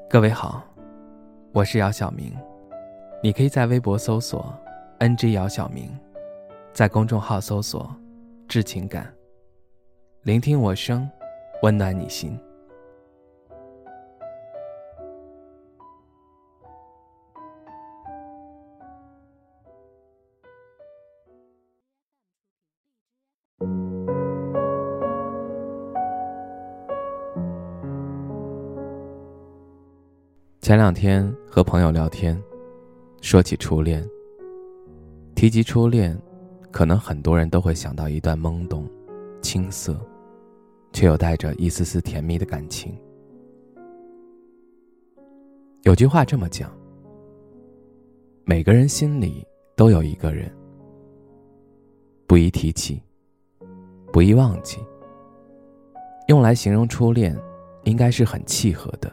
各位好，我是姚晓明，你可以在微博搜索 NG 姚晓明，在公众号搜索致情感，聆听我声，温暖你心。前两天和朋友聊天，说起初恋，提及初恋，可能很多人都会想到一段懵懂、青涩，却又带着一丝丝甜蜜的感情。有句话这么讲，每个人心里都有一个人，不宜提起，不宜忘记，用来形容初恋应该是很契合的。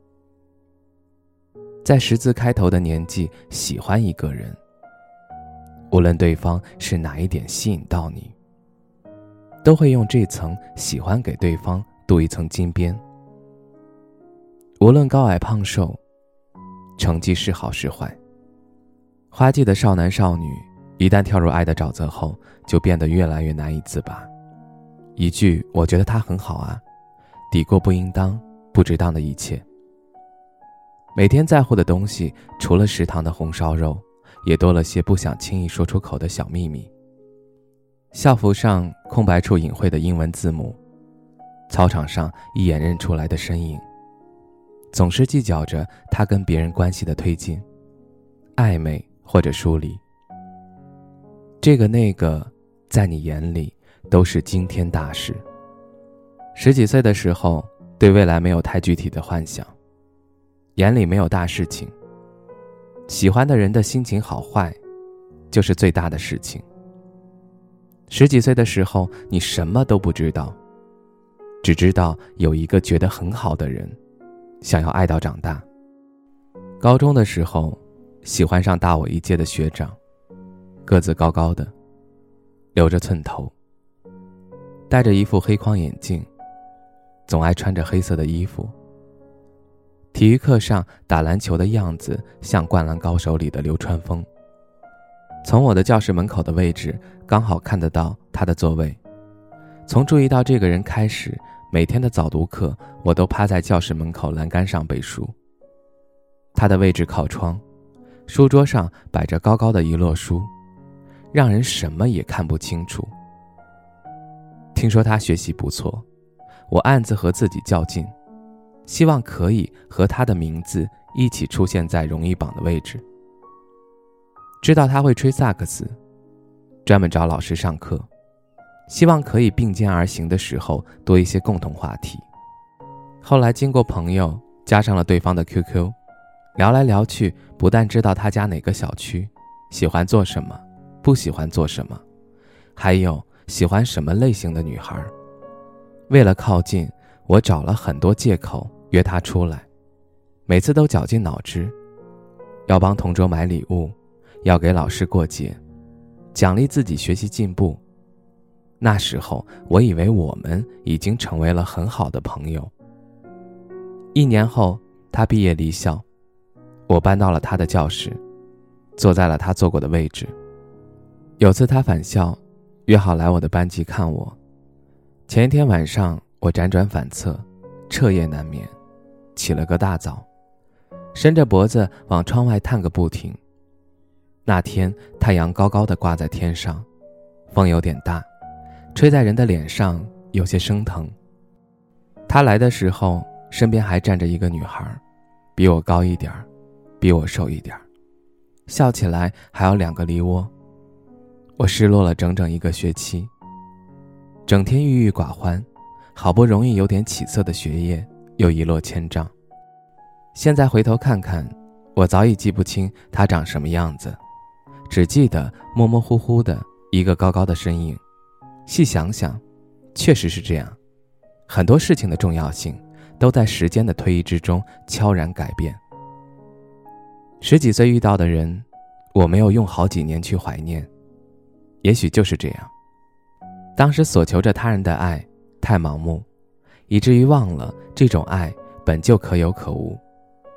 在10字开头的年纪喜欢一个人，无论对方是哪一点吸引到你，都会用这层喜欢给对方镀一层金边。无论高矮胖瘦，成绩是好是坏，花季的少男少女一旦跳入爱的沼泽后，就变得越来越难以自拔。一句我觉得他很好啊，抵过不应当不值当的一切。每天在乎的东西，除了食堂的红烧肉，也多了些不想轻易说出口的小秘密。校服上空白处隐晦的英文字母，操场上一眼认出来的身影，总是计较着他跟别人关系的推进，暧昧或者疏离。这个那个，在你眼里都是惊天大事。10几岁的时候，对未来没有太具体的幻想，眼里没有大事情，喜欢的人的心情好坏就是最大的事情。10几岁的时候，你什么都不知道，只知道有一个觉得很好的人，想要爱到长大。高中的时候，喜欢上大我一届的学长，个子高高的，留着寸头，戴着一副黑框眼镜，总爱穿着黑色的衣服。体育课上打篮球的样子像《灌篮高手》里的流川枫。从我的教室门口的位置刚好看得到他的座位。从注意到这个人开始，每天的早读课我都趴在教室门口栏杆上背书。他的位置靠窗，书桌上摆着高高的一摞书，让人什么也看不清楚。听说他学习不错，我暗自和自己较劲，希望可以和他的名字一起出现在荣誉榜的位置。知道他会吹萨克斯，专门找老师上课，希望可以并肩而行的时候多一些共同话题。后来经过朋友加上了对方的 QQ， 聊来聊去，不但知道他家哪个小区，喜欢做什么，不喜欢做什么，还有喜欢什么类型的女孩。为了靠近，我找了很多借口约他出来，每次都绞尽脑汁，要帮同桌买礼物，要给老师过节，奖励自己学习进步。那时候我以为我们已经成为了很好的朋友。1年后，他毕业离校，我搬到了他的教室，坐在了他坐过的位置。有次他返校，约好来我的班级看我。前一天晚上我辗转反侧，彻夜难眠，起了个大早，伸着脖子往窗外探个不停。那天太阳高高的挂在天上，风有点大，吹在人的脸上有些生疼。他来的时候，身边还站着一个女孩，比我高一点，比我瘦一点，笑起来还有2个梨窝。我失落了整整1个学期，整天郁郁寡欢，好不容易有点起色的学业又一落千丈。现在回头看看，我早已记不清他长什么样子，只记得模模糊糊的一个高高的身影。细想想，确实是这样，很多事情的重要性都在时间的推移之中悄然改变。10几岁遇到的人，我没有用好几年去怀念，也许就是这样。当时所求着他人的爱太盲目，以至于忘了这种爱本就可有可无。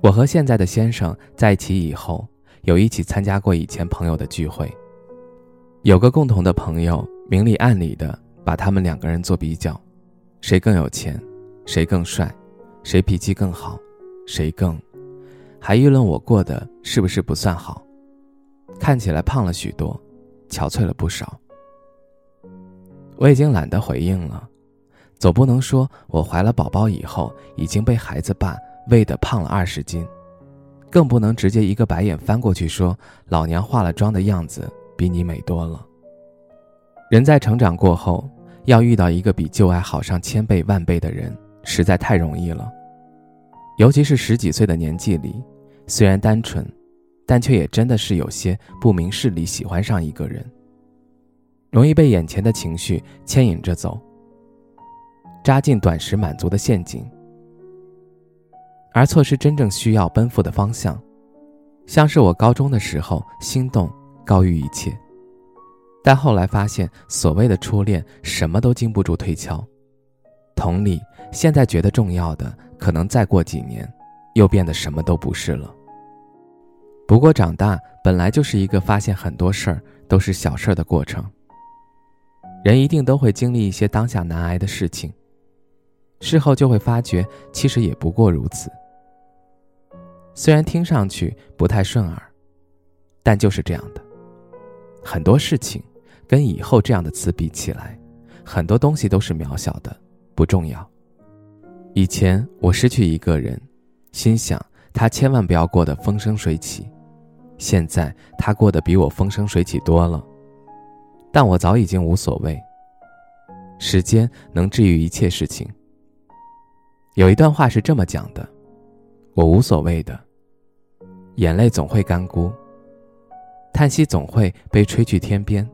我和现在的先生在一起以后，有一起参加过以前朋友的聚会，有个共同的朋友明里暗里的把他们2个人做比较，谁更有钱，谁更帅，谁脾气更好，谁更……还议论我过得是不是不算好，看起来胖了许多，憔悴了不少。我已经懒得回应了，总不能说我怀了宝宝以后已经被孩子爸喂得胖了20斤，更不能直接一个白眼翻过去说老娘化了妆的样子比你美多了。人在成长过后，要遇到一个比旧爱好上1000倍万倍的人实在太容易了，尤其是10几岁的年纪里，虽然单纯，但却也真的是有些不明事理喜欢上一个人，容易被眼前的情绪牵引着走，扎进短时满足的陷阱，而错失真正需要奔赴的方向。像是我高中的时候，心动高于一切，但后来发现所谓的初恋什么都经不住推敲。同理，现在觉得重要的，可能再过几年又变得什么都不是了。不过长大本来就是一个发现很多事儿都是小事儿的过程，人一定都会经历一些当下难挨的事情，事后就会发觉其实也不过如此。虽然听上去不太顺耳，但就是这样的。很多事情跟以后这样的词比起来，很多东西都是渺小的，不重要。以前我失去一个人，心想他千万不要过得风生水起，现在他过得比我风生水起多了，但我早已经无所谓。时间能治愈一切事情。有一段话是这么讲的：我无所谓的，眼泪总会干枯，叹息总会被吹去天边，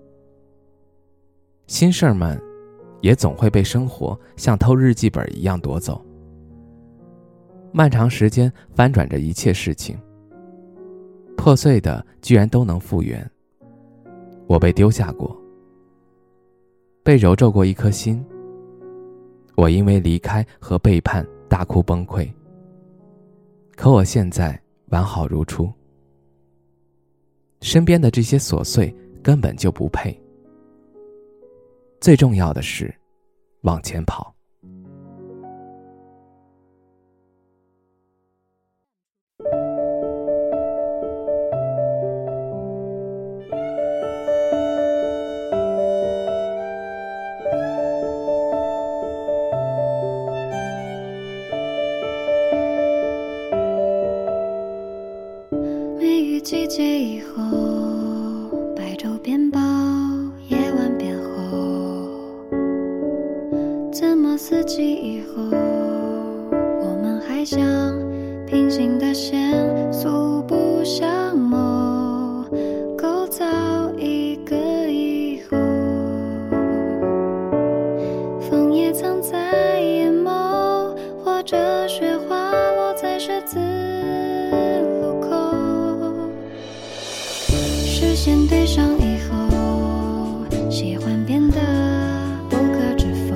心事儿们也总会被生活像偷日记本一样夺走。漫长时间翻转着一切事情，破碎的居然都能复原。我被丢下过，被揉皱过一颗心，我因为离开和背叛大哭崩溃，可我现在完好如初。身边的这些琐碎根本就不配，最重要的是往前跑。 梅雨季节以后，白昼变薄，夜晚变厚，怎么四季以后，我们还像平行的线，素不相谋，构造一个以后。枫叶藏在眼眸，或者雪花落在十字路口，视线对上以后，喜欢变得不可置否，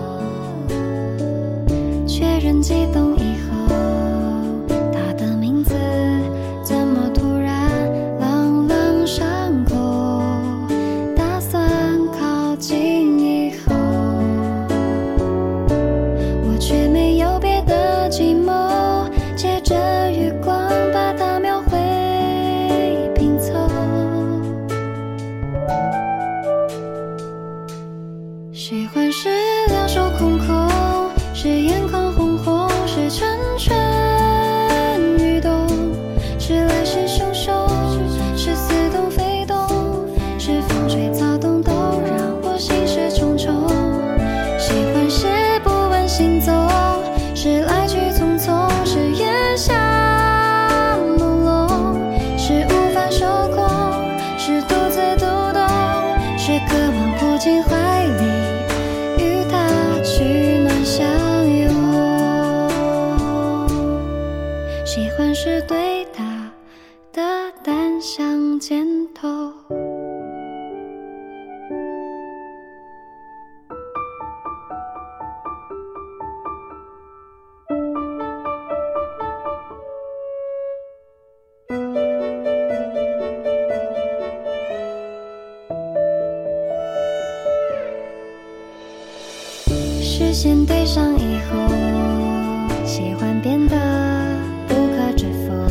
确认激动以后，他的名字怎么突然朗朗上口，打算靠近以后，我却没有别的计谋，借着余光把它描绘拼凑。喜欢是两手空空，是眼眶红红，是蠢蠢欲动，是来势汹汹，是似动非动，是风吹草动都让我心事重重。喜欢是不问行踪，是来去匆匆，是烟霞朦胧，是无法受控，是独自读懂，是渴望扑进怀里，与他取暖相拥。喜欢是对他的单向箭头。 上以后，喜欢变得不可置否，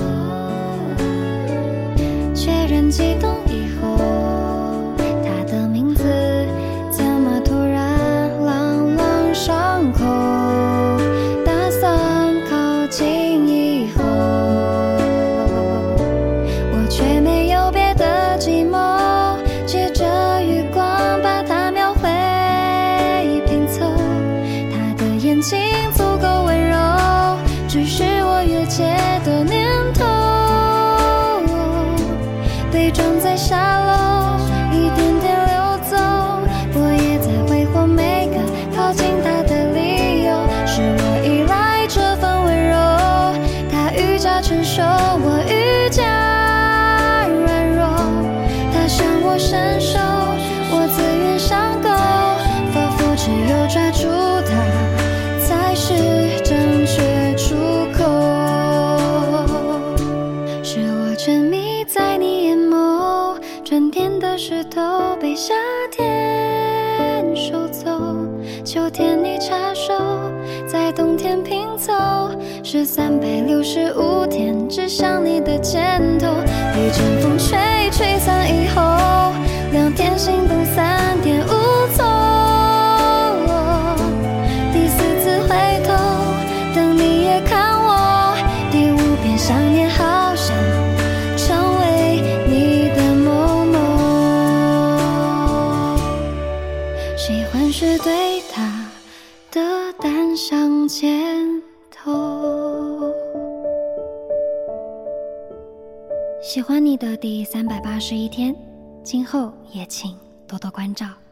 确认激动以后，他的名字怎么突然朗朗上口，打算靠近以后，我却没有别的计谋，借着余光把它描绘拼凑，他的眼睛足够温柔，只是我越界的念头，被装在沙漏，一点点流走，我也在挥霍每个靠近他的理由，是我依赖这份温柔，他愈加成熟，我愈加软弱，他向我伸手，我自愿上钩，仿佛只有抓住他才是正确出口，是我沉迷在你眼眸，春天的石头被夏天收走，秋天你插手，在冬天拼凑，是365天指向你的肩头，一阵风吹散以后，2天心动3天无踪，第4次回头，等你也看我，第5遍想念，好想成为你的某某，喜欢是对他的单向箭头。喜欢你的第381天，今后也请多多关照。